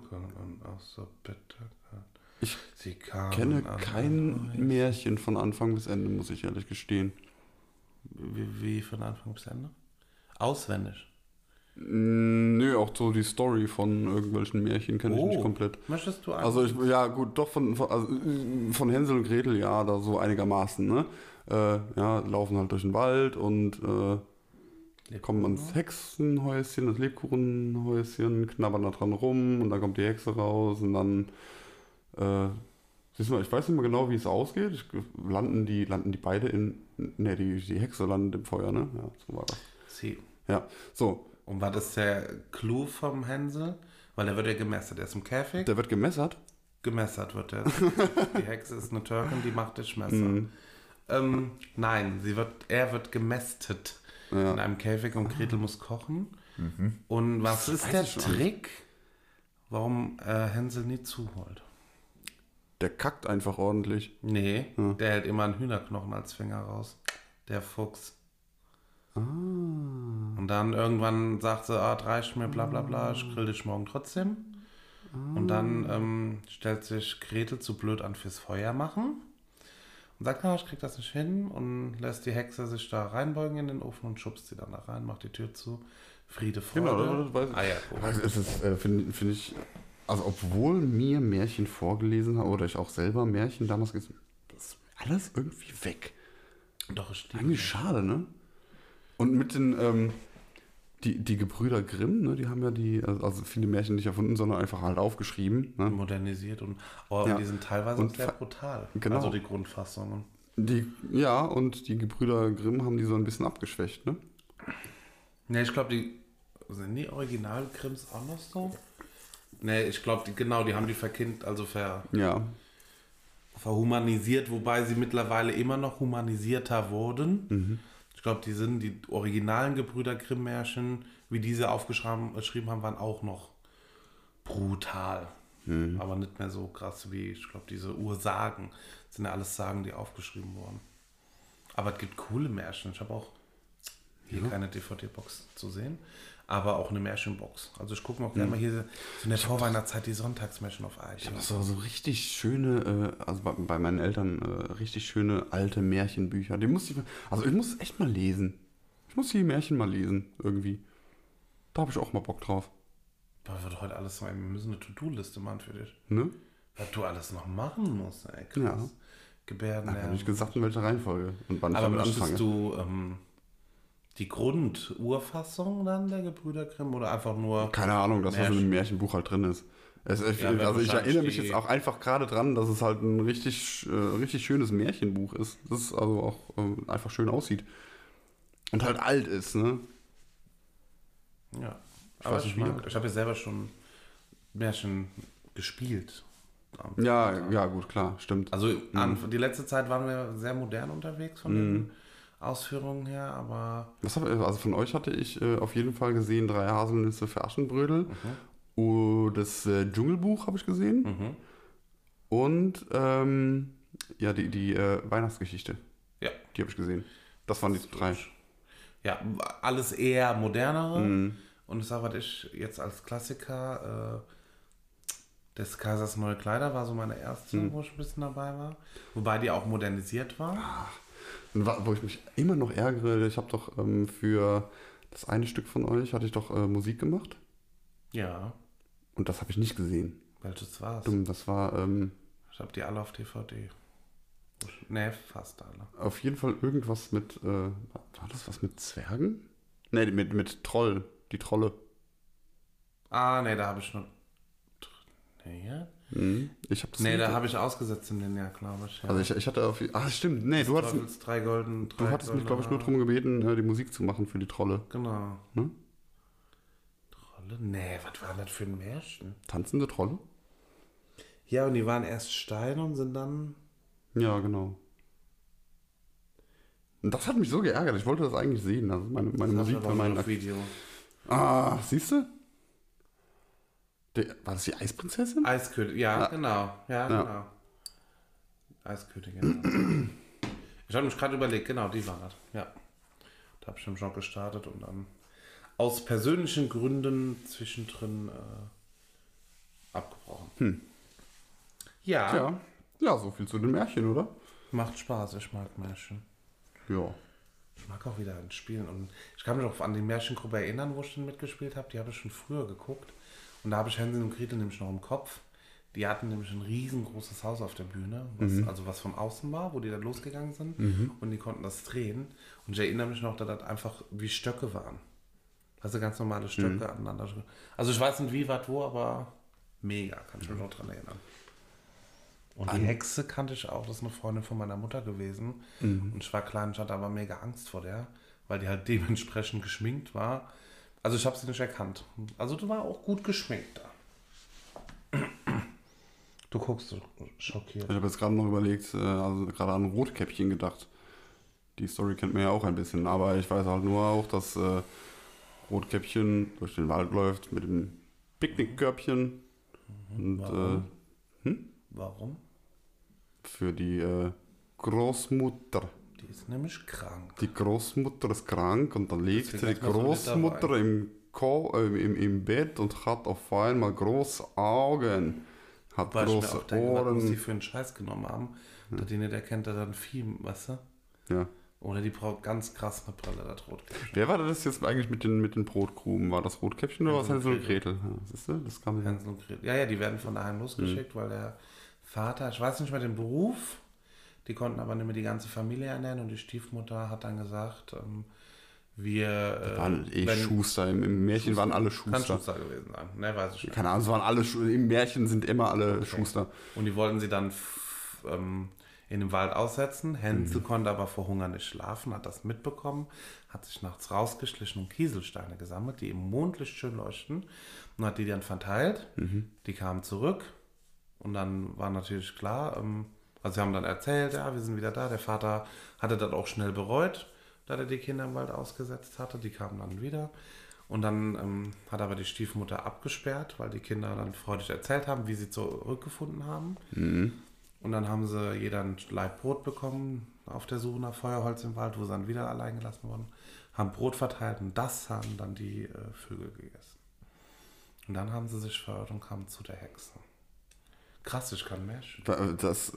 kein Märchen von Anfang bis Ende, muss ich ehrlich gestehen. Wie von Anfang bis Ende? Auswendig. Nö, auch so die Story von irgendwelchen Märchen kenne ich nicht komplett. Möchtest du Also ja gut, doch von Hänsel und Gretel, ja, da so einigermaßen, ne? Ja, laufen halt durch den Wald und kommen ans Hexenhäuschen, das Lebkuchenhäuschen, knabbern da dran rum und dann kommt die Hexe raus und dann siehst du mal, ich weiß nicht mehr genau, wie es ausgeht. Landen die beide die Hexe landet im Feuer, ne? Ja, so war das. Sie. Ja, so. Und war das der Clou vom Hänsel? Weil der wird ja gemessert. Er ist im Käfig. Der wird gemessert? Gemessert wird er. Die Hexe ist eine Türkin, die macht das Messer. Nein, er wird gemästet in einem Käfig und Gretel muss kochen. Und was ist der Trick, warum Hänsel nie zuholt? Der kackt einfach ordentlich. Nee, der hält immer einen Hühnerknochen als Finger raus. Der Fuchs. Und dann irgendwann sagt sie, reicht mir, bla bla bla, ich grill dich morgen trotzdem. Und dann stellt sich Gretel zu blöd an fürs Feuer machen und sagt, ich krieg das nicht hin und lässt die Hexe sich da reinbeugen in den Ofen und schubst sie dann da rein, macht die Tür zu. Friede, Freude. Genau, das weiß ich. Es ist, finde ich, also obwohl mir Märchen vorgelesen haben oder ich auch selber Märchen damals gelesen habe, ist alles irgendwie weg. Doch, es stimmt. Eigentlich schade, ne? Und mit den, die Gebrüder Grimm, ne, die haben ja also viele Märchen nicht erfunden, sondern einfach halt aufgeschrieben. Ne? Modernisiert und die sind teilweise auch sehr brutal. Genau. Also die Grundfassungen. Und die Gebrüder Grimm haben die so ein bisschen abgeschwächt, ne? Ne, ich glaube, sind die Original-Grimms auch noch so? Ne, ich glaube, die haben die verhumanisiert, wobei sie mittlerweile immer noch humanisierter wurden. Ich glaube, die originalen Gebrüder Grimm-Märchen, wie diese aufgeschrieben haben, waren auch noch brutal. Aber nicht mehr so krass wie, ich glaube, diese Ursagen. Das sind ja alles Sagen, die aufgeschrieben wurden. Aber es gibt coole Märchen. Ich habe auch hier keine DVD-Box zu sehen, aber auch eine Märchenbox. Also ich gucke mir auch gerne mal hier so in der Vorweihnachtszeit die Sonntagsmärchen auf iTunes. Ich habe so richtig schöne, also bei meinen Eltern richtig schöne alte Märchenbücher. Ich muss echt mal lesen. Ich muss die Märchen mal lesen, irgendwie. Da habe ich auch mal Bock drauf. Boah, wird heute alles wir müssen eine To-Do-Liste machen für dich. Ne? Was du alles noch machen musst, ey. Krass. Ja. Gebärden. Ich habe nicht gesagt, in welcher Reihenfolge und wann ich aber damit anfange. möchtest du die Grundurfassung dann der Gebrüder Grimm oder einfach nur... Keine Ahnung, das, was in dem Märchenbuch halt drin ist. Ich erinnere mich jetzt auch einfach gerade dran, dass es halt ein richtig schönes Märchenbuch ist. Das ist also auch einfach schön aussieht. Und halt alt ist, ne? Ja. Aber ich habe ja selber schon Märchen gespielt. Ja, gut, klar, stimmt. Also die letzte Zeit waren wir sehr modern unterwegs von den Ausführungen her, aber... Also von euch hatte ich auf jeden Fall gesehen 3 Haselnüsse für Aschenbrödel. Und das Dschungelbuch habe ich gesehen. Und die Weihnachtsgeschichte. Ja. Die habe ich gesehen. Das waren die 3. Ja, alles eher modernere. Und das was ich jetzt als Klassiker des Kaisers Neue Kleider war so meine erste, wo ich ein bisschen dabei war. Wobei die auch modernisiert war. Wo ich mich immer noch ärgere, ich habe doch für das eine Stück von euch, hatte ich doch Musik gemacht. Ja. Und das habe ich nicht gesehen. Welches war's? Das war... ich habe die alle auf DVD. Ne, fast alle. Auf jeden Fall irgendwas mit... war das was mit Zwergen? Ne, mit Troll. Die Trolle. Ne, da habe ich nur... Nee, ich habe das da habe ich ausgesetzt in den Jahr, glaube ich. Ja. Also ich hatte auf... stimmt. Nee, du hattest mich, glaube ich, nur darum gebeten, die Musik zu machen für die Trolle. Genau. Trolle? Nee, was war das für ein Märchen? Tanzende Trolle? Ja, und die waren erst Stein und sind dann... Ja, genau. Und das hat mich so geärgert. Ich wollte das eigentlich sehen. Also meine Musik war mein Video. Ah, siehst du? War das die Eisprinzessin? Eiskönigin, ja, genau. Ja, genau. Eiskönigin. Ich habe mich gerade überlegt, genau, die war das. Ja. Da habe ich im Job gestartet und dann aus persönlichen Gründen zwischendrin abgebrochen. Ja. Ja, so viel zu den Märchen, oder? Macht Spaß, ich mag Märchen. Ja. Ich mag auch wieder ein Spielen. Und ich kann mich auch an die Märchengruppe erinnern, wo ich schon mitgespielt habe. Die habe ich schon früher geguckt. Und da habe ich Hänsel und Gretel nämlich noch im Kopf. Die hatten nämlich ein riesengroßes Haus auf der Bühne, was von außen war, wo die dann losgegangen sind. Und die konnten das drehen. Und ich erinnere mich noch, dass das einfach wie Stöcke waren. Also ganz normale Stöcke aneinander. Also ich weiß nicht wie, was, wo, aber mega, kann ich mich noch dran erinnern. Und die Hexe kannte ich auch, das ist eine Freundin von meiner Mutter gewesen. Und ich war klein, ich hatte aber mega Angst vor der, weil die halt dementsprechend geschminkt war. Also ich habe sie nicht erkannt. Also du war auch gut geschminkt da. Du guckst so schockiert. Ich habe jetzt gerade noch überlegt, also gerade an Rotkäppchen gedacht. Die Story kennt man ja auch ein bisschen, aber ich weiß halt nur auch, dass Rotkäppchen durch den Wald läuft mit dem Picknickkörbchen. Und Warum? Warum? Für die Großmutter. Die ist nämlich krank. Die Großmutter ist krank und dann liegt Deswegen die hat man so Großmutter im Bett und hat auf einmal große Augen, hat Weil ich mir große auch denke, was muss die Ohren. für einen Scheiß genommen haben, dass die nicht erkennt, dass dann Vieh, weißt du? Ja. Oder die braucht ganz krass eine Brille, das Rotkäppchen. Wer war das jetzt eigentlich mit den Brotkrumen? War das Rotkäppchen oder was Hänsel Hänsel und und Gretel? Ja, siehst du, das kam ja. Hänsel und Gretel. Ja, die werden von daheim losgeschickt, weil der Vater, ich weiß nicht mehr den Beruf, die konnten aber nicht mehr die ganze Familie ernähren und die Stiefmutter hat dann gesagt, wir... Waren Schuster. Im Märchen waren alle Kann Schuster. Schuster gewesen sein, ne, weiß ich nicht. Keine Ahnung, es waren alle im Märchen sind immer alle Schuster. Und die wollten sie dann in dem Wald aussetzen. Hänsel konnte aber vor Hunger nicht schlafen, hat das mitbekommen, hat sich nachts rausgeschlichen und Kieselsteine gesammelt, die im Mondlicht schön leuchten und hat die dann verteilt. Die kamen zurück und dann war natürlich klar, also sie haben dann erzählt, ja, wir sind wieder da. Der Vater hatte das auch schnell bereut, dass er die Kinder im Wald ausgesetzt hatte. Die kamen dann wieder. Und dann hat aber die Stiefmutter abgesperrt, weil die Kinder dann freudig erzählt haben, wie sie zurückgefunden haben. Und dann haben sie jeder ein Laib Brot bekommen auf der Suche nach Feuerholz im Wald, wo sie dann wieder allein gelassen wurden. Haben Brot verteilt und das haben dann die Vögel gegessen. Und dann haben sie sich verirrt und kamen zu der Hexe. Krass, ich kann Märchen. Das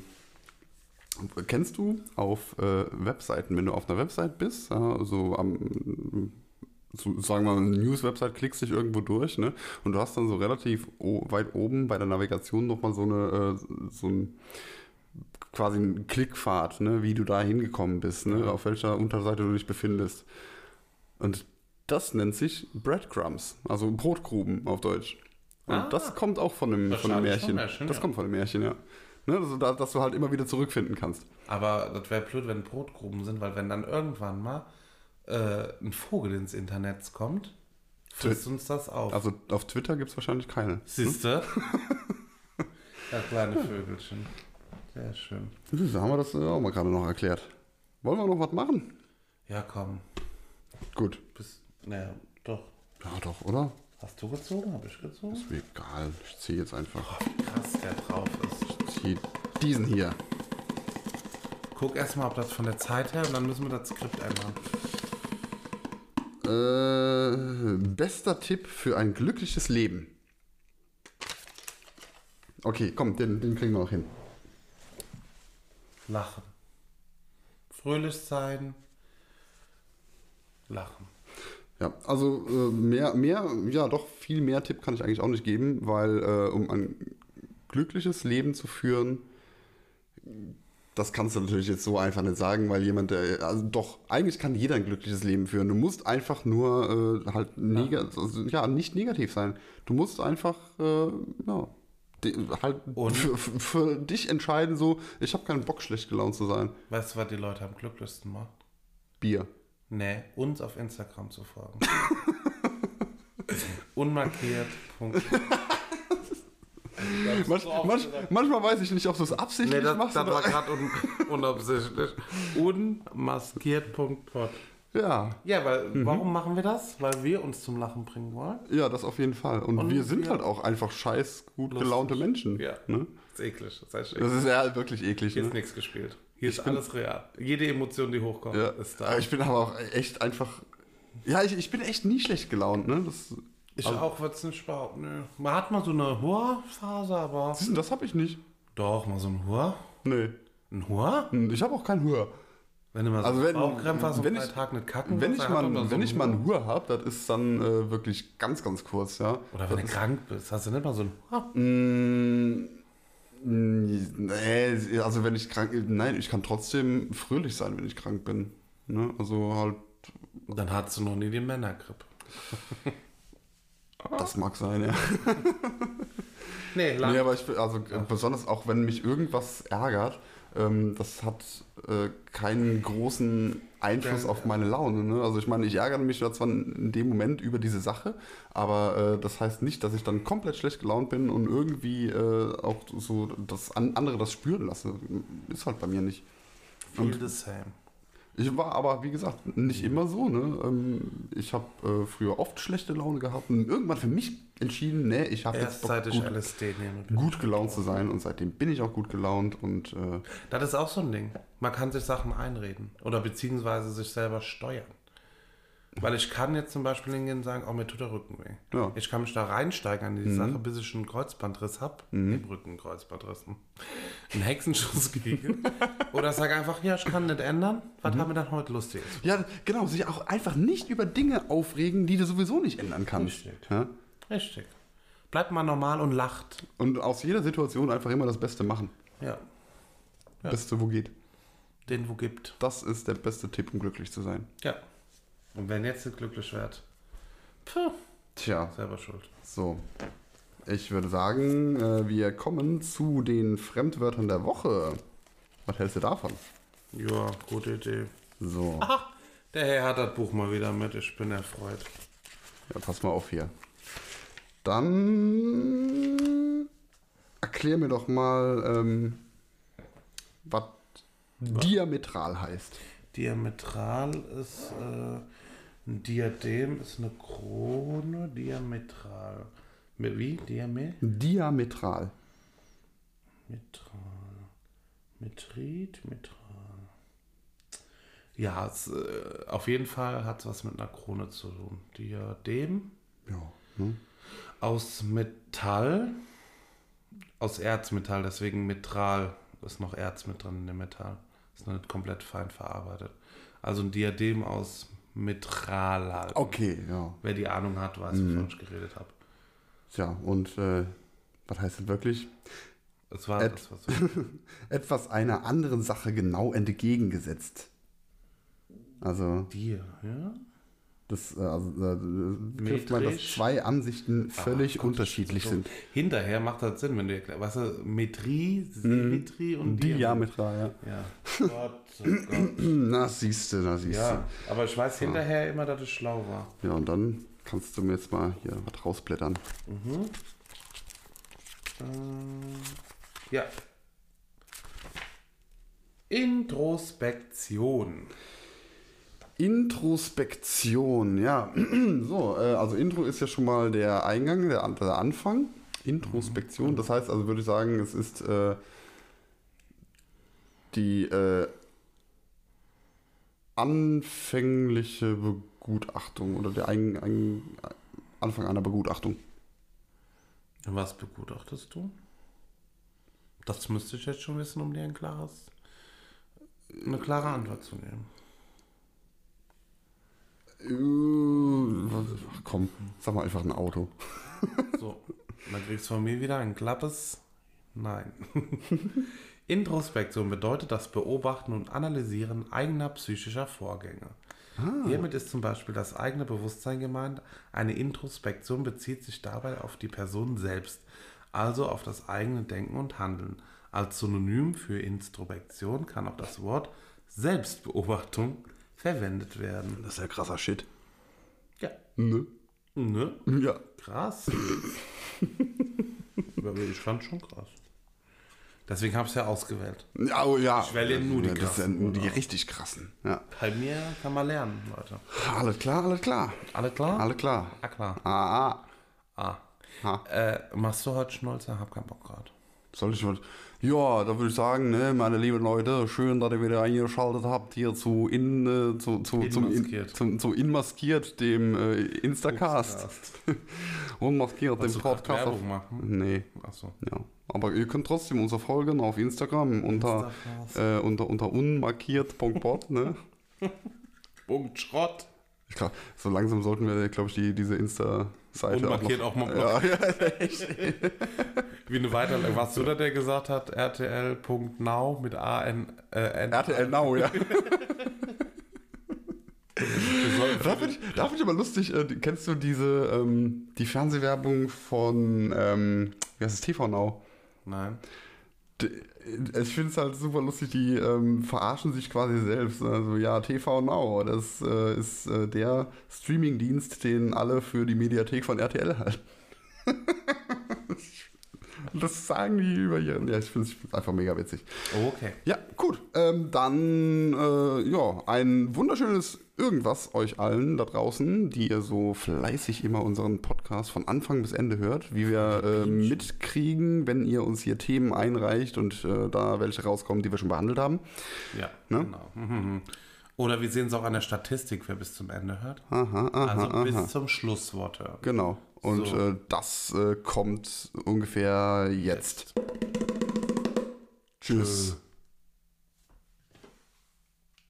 kennst du auf Webseiten, wenn du auf einer Website bist, so sagen wir mal, eine News-Website, klickst dich irgendwo durch, ne? Und du hast dann so relativ weit oben bei der Navigation nochmal quasi einen Klickpfad, ne? Wie du da hingekommen bist, ne? Auf welcher Unterseite du dich befindest. Und das nennt sich Breadcrumbs, also Brotgruben auf Deutsch. Und das kommt auch von einem Märchen. Das kommt von einem Märchen, ja. Ne? Also dass du halt immer wieder zurückfinden kannst. Aber das wäre blöd, wenn Brotgruben sind, weil wenn dann irgendwann mal ein Vogel ins Internet kommt, frisst uns das auf. Also auf Twitter gibt es wahrscheinlich keine. Siehste? Das kleine Vögelchen. Sehr schön. So haben wir das auch mal gerade noch erklärt. Wollen wir noch was machen? Ja, komm. Gut. Naja, doch. Ja, doch, oder? Hast du gezogen? Habe ich gezogen? Ist mir egal. Ich ziehe jetzt einfach. Oh, wie krass der drauf ist. Ich ziehe diesen hier. Guck erstmal, ob das von der Zeit her und dann müssen wir das Skript ändern. Bester Tipp für ein glückliches Leben. Okay, komm, den kriegen wir noch hin. Lachen. Fröhlich sein. Lachen. Ja, also viel mehr Tipp kann ich eigentlich auch nicht geben, weil um ein glückliches Leben zu führen, das kannst du natürlich jetzt so einfach nicht sagen, weil eigentlich kann jeder ein glückliches Leben führen. Du musst einfach nur nicht negativ sein. Du musst einfach für dich entscheiden, so, ich habe keinen Bock, schlecht gelaunt zu sein. Weißt du, was die Leute am glücklichsten macht? Bier. Nee, uns auf Instagram zu folgen. Unmarkiert. Manchmal weiß ich nicht, ob du es absichtlich machst. Das war gerade unabsichtlich. Unmaskiert.pod. Ja. Ja, weil warum machen wir das? Weil wir uns zum Lachen bringen wollen. Ja, das auf jeden Fall. Und wir sind halt auch einfach scheiß gut gelaunte Menschen. Ja. Ne? Das ist eklig. Das ist ja wirklich eklig. Hier ist nichts gespielt. Hier ist alles real. Jede Emotion, die hochkommt, ist da. Ich bin aber auch echt einfach. Ja, ich bin echt nie schlecht gelaunt. Ne? Auch würde es nicht behaupten. Nö. Man hat mal so eine Hurra-Phase, aber. Siehst du, das habe ich nicht. Doch, mal so ein Hurra. Nee. Ein Hurra? Ich habe auch kein Hurra. Wenn du mal so Bauchkrämpfe hast und einen Tag nicht kacken wenn ich mal einen Hurra habe, das ist dann wirklich ganz, ganz kurz, ja. Oder wenn du krank bist, hast du nicht mal so ein Hurra? Nee, also wenn ich krank bin, nein, ich kann trotzdem fröhlich sein, wenn ich krank bin. Ne? Also halt. Dann hattest du noch nie die Männergrippe. Das mag sein, ja. Nee, aber besonders auch wenn mich irgendwas ärgert, das hat keinen großen Einfluss auf meine Laune. Ne? Also ich meine, ich ärgere mich zwar in dem Moment über diese Sache, aber das heißt nicht, dass ich dann komplett schlecht gelaunt bin und irgendwie auch so andere das spüren lasse. Ist halt bei mir nicht. Feel the same. Ich war aber, wie gesagt, nicht immer so. Ne? Ich habe früher oft schlechte Laune gehabt und irgendwann für mich entschieden, nee, ich habe jetzt Bock, gut gelaunt zu sein und seitdem bin ich auch gut gelaunt. Und das ist auch so ein Ding. Man kann sich Sachen einreden oder beziehungsweise sich selber steuern. Weil ich kann jetzt zum Beispiel hingehen und sagen, oh, mir tut der Rücken weh. Ja. Ich kann mich da reinsteigern in die Sache, bis ich einen Kreuzbandriss habe. Im Rücken einen Kreuzbandriss. Einen Hexenschuss kriege. Oder sage einfach, ja, ich kann nicht ändern. Was haben wir dann heute lustig? Ja, genau. Sich auch einfach nicht über Dinge aufregen, die du sowieso nicht ändern kannst. Richtig. Ja? Richtig. Bleibt mal normal und lacht. Und aus jeder Situation einfach immer das Beste machen. Ja. Beste, wo geht. Den, wo gibt. Das ist der beste Tipp, um glücklich zu sein. Ja. Und wenn jetzt nicht glücklich wird, tja, selber schuld. So, ich würde sagen, wir kommen zu den Fremdwörtern der Woche. Was hältst du davon? Ja, gute Idee. So. Aha, der Herr hat das Buch mal wieder mit. Ich bin erfreut. Ja, pass mal auf hier. Dann erklär mir doch mal, was diametral heißt. Diametral ist ein Diadem, ist eine Krone, diametral. Wie? Diametral. Metral. Ja, auf jeden Fall hat es was mit einer Krone zu tun. Diadem. Ja. Ne? Aus Metall. Aus Erzmetall, deswegen Metral. Ist noch Erz mit drin in dem Metall. Ist noch nicht komplett fein verarbeitet. Also ein Diadem aus Metall. Okay, ja. Wer die Ahnung hat, weiß, wovon ich geredet habe. Ja, und was heißt das wirklich? Es war etwas einer anderen Sache genau entgegengesetzt. Also. Dir, ja? Das trifft man, dass zwei Ansichten völlig unterschiedlich sind. Hinterher macht das Sinn, wenn du erklärst. Was ist Symmetrie und Diametral, ja. Gott, oh Gott. Na, siehst du. Ja, aber ich weiß hinterher immer, dass es schlau war. Ja, und dann kannst du mir jetzt mal hier was rausblättern. Ja. Introspektion, ja. So, also Intro ist ja schon mal der Eingang, der Anfang. Introspektion, das heißt also, würde ich sagen, es ist die anfängliche Begutachtung oder der Anfang einer Begutachtung. Was begutachtest du? Das müsste ich jetzt schon wissen, um dir eine klare Antwort zu geben. Komm, sag mal einfach ein Auto. So, dann kriegst du von mir wieder ein glattes Nein. Introspektion bedeutet das Beobachten und Analysieren eigener psychischer Vorgänge. Hiermit ist zum Beispiel das eigene Bewusstsein gemeint. Eine Introspektion bezieht sich dabei auf die Person selbst, also auf das eigene Denken und Handeln. Als Synonym für Introspektion kann auch das Wort Selbstbeobachtung verwendet werden. Das ist ja krasser Shit. Ja. Ne? Ne? Ja. Krass. ich fand schon krass. Deswegen habe ich es ja ausgewählt. Ja, oh ja. Ich wähle nur die Das sind krassen. nur die richtig krassen. Ja. Bei mir kann man lernen, Leute. Alles klar, alles klar. Alle klar? Alles klar. Ah, klar. Machst du heute Schnulze? Hab keinen Bock gerade. Soll ich mal. Ja, da würde ich sagen, ne, meine lieben Leute, schön, dass ihr wieder eingeschaltet habt hier zu Inmaskiert, dem Instacast. Unmaskiert, dem Podcast. Werbung machen? Nee. Achso. Ja. Aber ihr könnt trotzdem uns folgen auf Instagram unter unmarkiert.pod, ne? Punkt Schrott. Ich glaub, so langsam sollten wir, glaube ich, diese Insta-Seite Unmarkiert auch mal ja, echt. Wie eine Weiterleitung. Warst du da, der gesagt hat, rtl.now mit AN. RTL Now, ja. Da finde ich aber lustig, kennst du diese, die Fernsehwerbung von, wie heißt es, TV Now? Nein. Ich finde es halt super lustig, die verarschen sich quasi selbst. Also ja, TV Now, das ist der Streamingdienst, den alle für die Mediathek von RTL halten. Das sagen die über hier. Ja, ich finde es einfach mega witzig. Okay. Ja, gut. Dann ein wunderschönes Irgendwas euch allen da draußen, die ihr so fleißig immer unseren Podcast von Anfang bis Ende hört, wie wir mitkriegen, wenn ihr uns hier Themen einreicht und da welche rauskommen, die wir schon behandelt haben. Ja, ne? Genau. Oder wir sehen es auch an der Statistik, wer bis zum Ende hört. Aha, bis zum Schlusswort hört. Genau. Und So. das kommt ungefähr jetzt. Tschüss.